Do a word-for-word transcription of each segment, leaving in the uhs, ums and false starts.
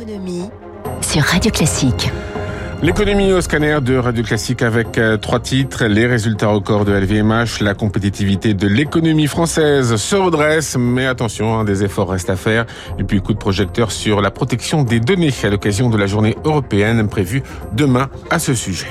L'économie sur Radio Classique. L'économie au scanner de Radio Classique avec euh, trois titres. Les résultats records de L V M H, la compétitivité de l'économie française se redresse, mais attention, hein, des efforts restent à faire. Et puis coup de projecteur sur la protection des données à l'occasion de la journée européenne prévue demain à ce sujet.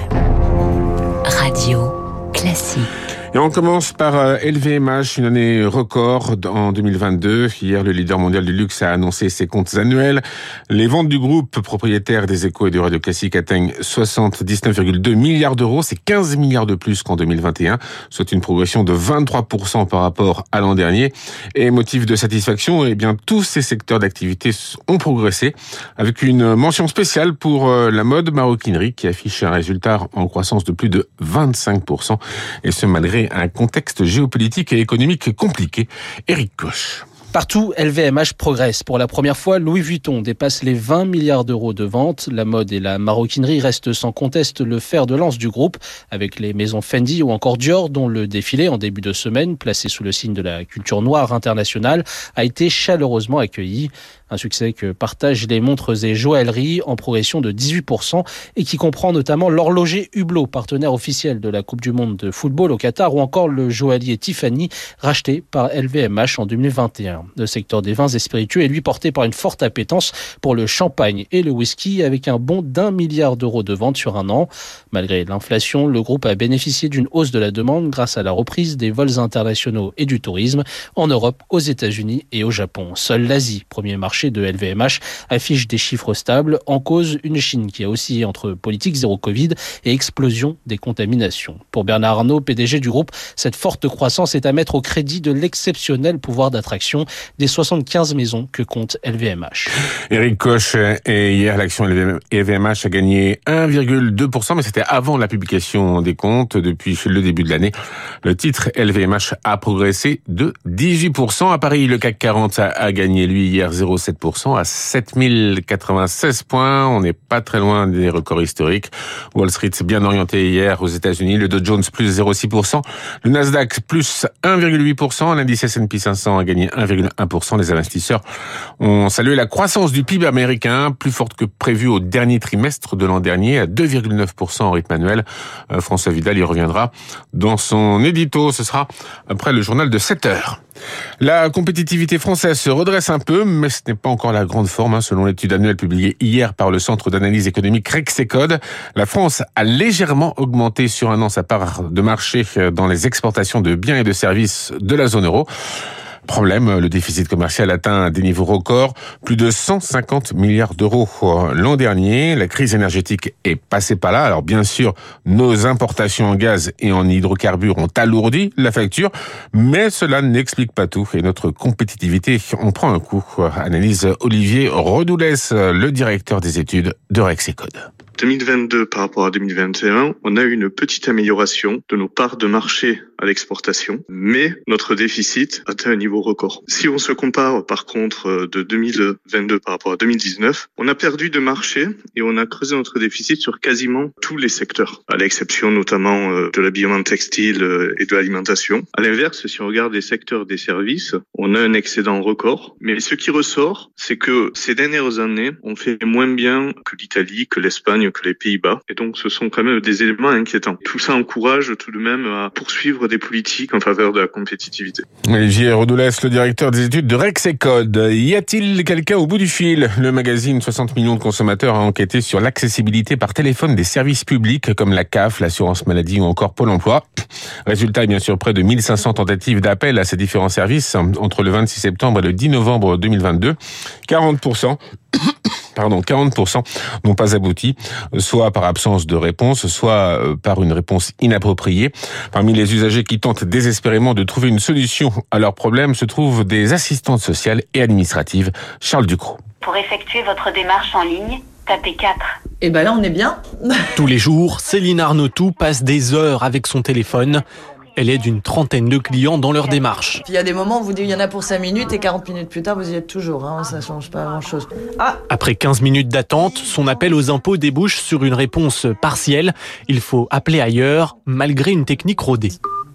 Radio Classique. Et on commence par L V M H, une année record en deux mille vingt-deux. Hier, le leader mondial du luxe a annoncé ses comptes annuels. Les ventes du groupe propriétaire des Échos et de Radio Classique atteignent soixante-dix-neuf virgule deux milliards d'euros. C'est quinze milliards de plus qu'en deux mille vingt et un, soit une progression de vingt-trois pour cent par rapport à l'an dernier. Et motif de satisfaction, eh bien, tous ces secteurs d'activité ont progressé, avec une mention spéciale pour la mode maroquinerie qui affiche un résultat en croissance de plus de vingt-cinq pour cent. Et ce, malgré un contexte géopolitique et économique compliqué. Éric Koch. Partout, L V M H progresse. Pour la première fois, Louis Vuitton dépasse les vingt milliards d'euros de ventes. La mode et la maroquinerie restent sans conteste le fer de lance du groupe, avec les maisons Fendi ou encore Dior, dont le défilé en début de semaine, placé sous le signe de la culture noire internationale, a été chaleureusement accueilli. Un succès que partagent les montres et joailleries en progression de dix-huit pour cent et qui comprend notamment l'horloger Hublot, partenaire officiel de la Coupe du Monde de football au Qatar, ou encore le joaillier Tiffany, racheté par L V M H en deux mille vingt et un. Le secteur des vins et spiritueux est lui porté par une forte appétence pour le champagne et le whisky, avec un bond d'un milliard d'euros de ventes sur un an. Malgré l'inflation, le groupe a bénéficié d'une hausse de la demande grâce à la reprise des vols internationaux et du tourisme en Europe, aux États-Unis et au Japon. Seule l'Asie, premier marché de L V M H, affiche des chiffres stables, en cause une Chine qui a oscillé entre politique zéro Covid et explosion des contaminations. Pour Bernard Arnault, P D G du groupe, cette forte croissance est à mettre au crédit de l'exceptionnel pouvoir d'attraction des soixante-quinze maisons que compte L V M H. Éric Koch, et hier l'action L V M H a gagné un virgule deux pour cent, mais c'était avant la publication des comptes. Depuis le début de l'année, le titre L V M H a progressé de dix-huit pour cent. À Paris, le C A C quarante a, a gagné lui hier zéro virgule sept pour cent à sept mille quatre-vingt-seize points. On n'est pas très loin des records historiques. Wall Street bien orienté hier aux États-Unis. Le Dow Jones plus zéro virgule six pour cent. Le Nasdaq plus un virgule huit pour cent. L'indice S and P cinq cents a gagné un virgule un pour cent. Les investisseurs ont salué la croissance du P I B américain, plus forte que prévu au dernier trimestre de l'an dernier, à deux virgule neuf pour cent en rythme annuel. François Vidal y reviendra dans son édito. Ce sera après le journal de sept heures. La compétitivité française se redresse un peu, mais ce n'est pas encore la grande forme, hein, selon l'étude annuelle publiée hier par le Centre d'analyse économique Rexecode. La France a légèrement augmenté sur un an sa part de marché dans les exportations de biens et de services de la zone euro. Problème, le déficit commercial atteint des niveaux records, plus de cent cinquante milliards d'euros l'an dernier. La crise énergétique est passée par là. Alors bien sûr, nos importations en gaz et en hydrocarbures ont alourdi la facture, mais cela n'explique pas tout et notre compétitivité en prend un coup. Analyse Olivier Redoulès, le directeur des études de Rexecode. deux mille vingt-deux par rapport à deux mille vingt et un, on a eu une petite amélioration de nos parts de marché à l'exportation, mais notre déficit atteint un niveau record. Si on se compare par contre de deux mille vingt-deux par rapport à deux mille dix-neuf, on a perdu de marché et on a creusé notre déficit sur quasiment tous les secteurs, à l'exception notamment de l'habillement textile et de l'alimentation. À l'inverse, si on regarde les secteurs des services, on a un excédent record, mais ce qui ressort, c'est que ces dernières années, on fait moins bien que l'Italie, que l'Espagne, que les Pays-Bas. Et donc, ce sont quand même des éléments inquiétants. Tout ça encourage tout de même à poursuivre des politiques en faveur de la compétitivité. Olivier Redoulès, le directeur des études de Rexecode. Y a-t-il quelqu'un au bout du fil? Le magazine soixante millions de consommateurs a enquêté sur l'accessibilité par téléphone des services publics comme la C A F, l'assurance maladie ou encore Pôle emploi. Résultat, bien sûr, près de mille cinq cents tentatives d'appel à ces différents services entre le vingt-six septembre et le dix novembre deux mille vingt-deux. quarante pour cent Pardon, quarante pour cent n'ont pas abouti, soit par absence de réponse, soit par une réponse inappropriée. Parmi les usagers qui tentent désespérément de trouver une solution à leurs problèmes se trouvent des assistantes sociales et administratives. Charles Ducrot. Pour effectuer votre démarche en ligne, tapez quatre. Et ben là, on est bien. Tous les jours, Céline Arnautou passe des heures avec son téléphone. Elle aide une trentaine de clients dans leur démarche. Il y a des moments où vous dites il y en a pour cinq minutes et quarante minutes plus tard, vous y êtes toujours. Hein, ça ne change pas grand-chose. Ah. Après quinze minutes d'attente, son appel aux impôts débouche sur une réponse partielle. Il faut appeler ailleurs, malgré une technique rodée.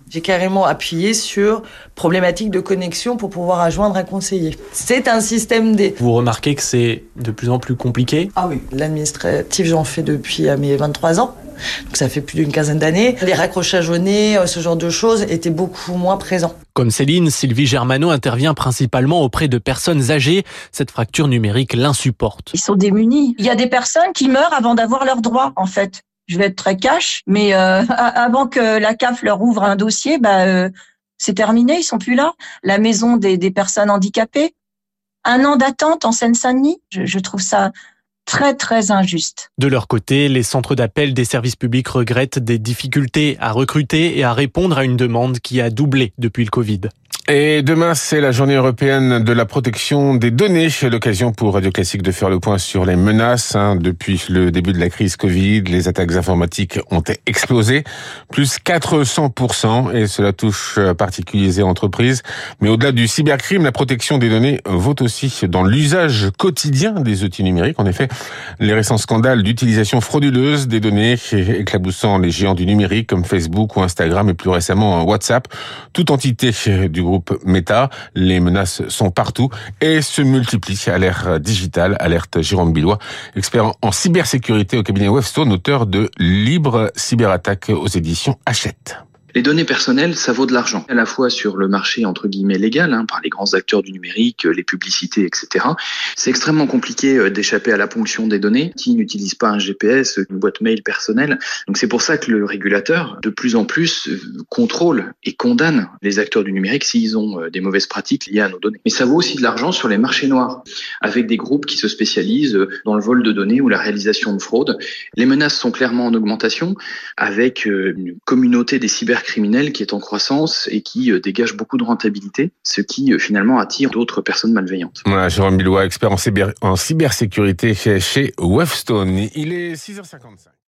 J'ai carrément appuyé sur problématique de connexion pour pouvoir adjoindre un conseiller. C'est un système D. Vous remarquez que c'est de plus en plus compliqué ? Ah oui, l'administratif, j'en fais depuis à mes vingt-trois ans. Donc ça fait plus d'une quinzaine d'années. Les raccrochages au nez, ce genre de choses étaient beaucoup moins présents. Comme Céline, Sylvie Germano intervient principalement auprès de personnes âgées. Cette fracture numérique l'insupporte. Ils sont démunis. Il y a des personnes qui meurent avant d'avoir leurs droits, en fait. Je vais être très cash, mais euh, avant que la C A F leur ouvre un dossier, bah, euh, c'est terminé, ils sont plus là. La maison des, des personnes handicapées, un an d'attente en Seine-Saint-Denis, je, je trouve ça très très injuste. De leur côté, les centres d'appel des services publics regrettent des difficultés à recruter et à répondre à une demande qui a doublé depuis le Covid. Et demain, c'est la journée européenne de la protection des données. L'occasion pour Radio Classique de faire le point sur les menaces. Depuis le début de la crise Covid, les attaques informatiques ont explosé, plus quatre cents pour cent, et cela touche particuliers et entreprises. Mais au-delà du cybercrime, la protection des données vaut aussi dans l'usage quotidien des outils numériques. En effet, les récents scandales d'utilisation frauduleuse des données éclaboussant les géants du numérique comme Facebook ou Instagram et plus récemment WhatsApp, toute entité du groupe Meta, les menaces sont partout et se multiplient à l'ère digitale, alerte Jérôme Billois, expert en cybersécurité au cabinet Wavestone, auteur de Libre Cyberattaque aux éditions Hachette. Les données personnelles, ça vaut de l'argent, à la fois sur le marché entre guillemets légal, hein, par les grands acteurs du numérique, les publicités, et cetera. C'est extrêmement compliqué d'échapper à la ponction des données. Qui n'utilise pas un G P S, une boîte mail personnelle? Donc c'est pour ça que le régulateur, de plus en plus, contrôle et condamne les acteurs du numérique s'ils ont des mauvaises pratiques liées à nos données. Mais ça vaut aussi de l'argent sur les marchés noirs, avec des groupes qui se spécialisent dans le vol de données ou la réalisation de fraudes. Les menaces sont clairement en augmentation, avec une communauté des cyber criminel qui est en croissance et qui euh, dégage beaucoup de rentabilité, ce qui euh, finalement attire d'autres personnes malveillantes. Voilà, Jérôme Billois, expert en, cyber, en cybersécurité chez, chez Wavestone. Il est six heures cinquante-cinq.